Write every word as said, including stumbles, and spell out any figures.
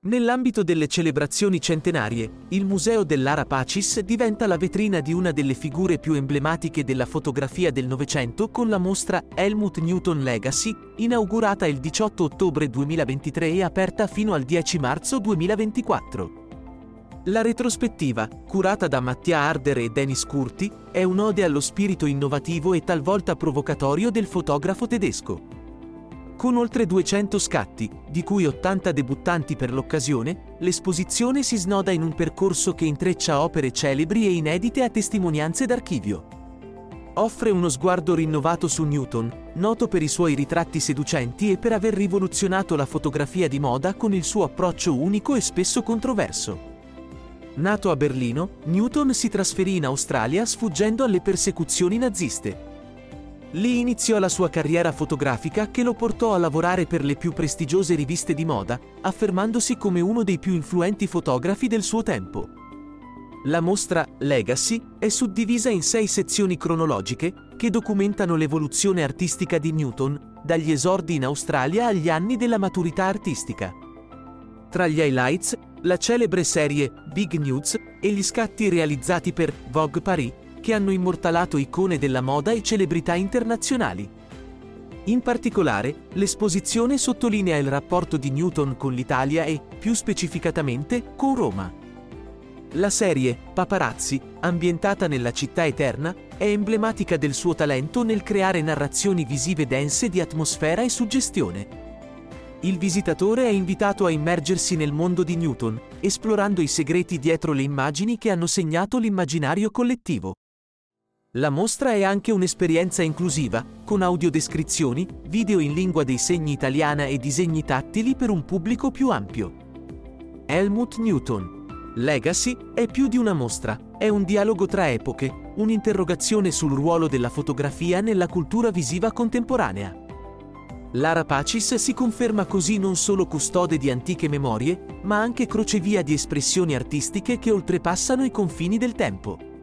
Nell'ambito delle celebrazioni centenarie, il Museo dell'Ara Pacis diventa la vetrina di una delle figure più emblematiche della fotografia del Novecento con la mostra Helmut Newton Legacy, inaugurata il diciotto ottobre duemilaventitré e aperta fino al dieci marzo duemilaventiquattro. La retrospettiva, curata da Mattia Arder e Denis Curti, è un'ode allo spirito innovativo e talvolta provocatorio del fotografo tedesco. Con oltre duecento scatti, di cui ottanta debuttanti per l'occasione, l'esposizione si snoda in un percorso che intreccia opere celebri e inedite a testimonianze d'archivio. Offre uno sguardo rinnovato su Newton, noto per i suoi ritratti seducenti e per aver rivoluzionato la fotografia di moda con il suo approccio unico e spesso controverso. Nato a Berlino, Newton si trasferì in Australia sfuggendo alle persecuzioni naziste. Lì iniziò la sua carriera fotografica che lo portò a lavorare per le più prestigiose riviste di moda, affermandosi come uno dei più influenti fotografi del suo tempo. La mostra Legacy è suddivisa in sei sezioni cronologiche che documentano l'evoluzione artistica di Newton, dagli esordi in Australia agli anni della maturità artistica. Tra gli highlights, la celebre serie Big Nudes e gli scatti realizzati per Vogue Paris, che hanno immortalato icone della moda e celebrità internazionali. In particolare, l'esposizione sottolinea il rapporto di Newton con l'Italia e, più specificatamente, con Roma. La serie Paparazzi, ambientata nella città eterna, è emblematica del suo talento nel creare narrazioni visive dense di atmosfera e suggestione. Il visitatore è invitato a immergersi nel mondo di Newton, esplorando i segreti dietro le immagini che hanno segnato l'immaginario collettivo. La mostra è anche un'esperienza inclusiva, con audiodescrizioni, video in lingua dei segni italiana e disegni tattili per un pubblico più ampio. Helmut Newton Legacy è più di una mostra, è un dialogo tra epoche, un'interrogazione sul ruolo della fotografia nella cultura visiva contemporanea. L'Ara Pacis si conferma così non solo custode di antiche memorie, ma anche crocevia di espressioni artistiche che oltrepassano i confini del tempo.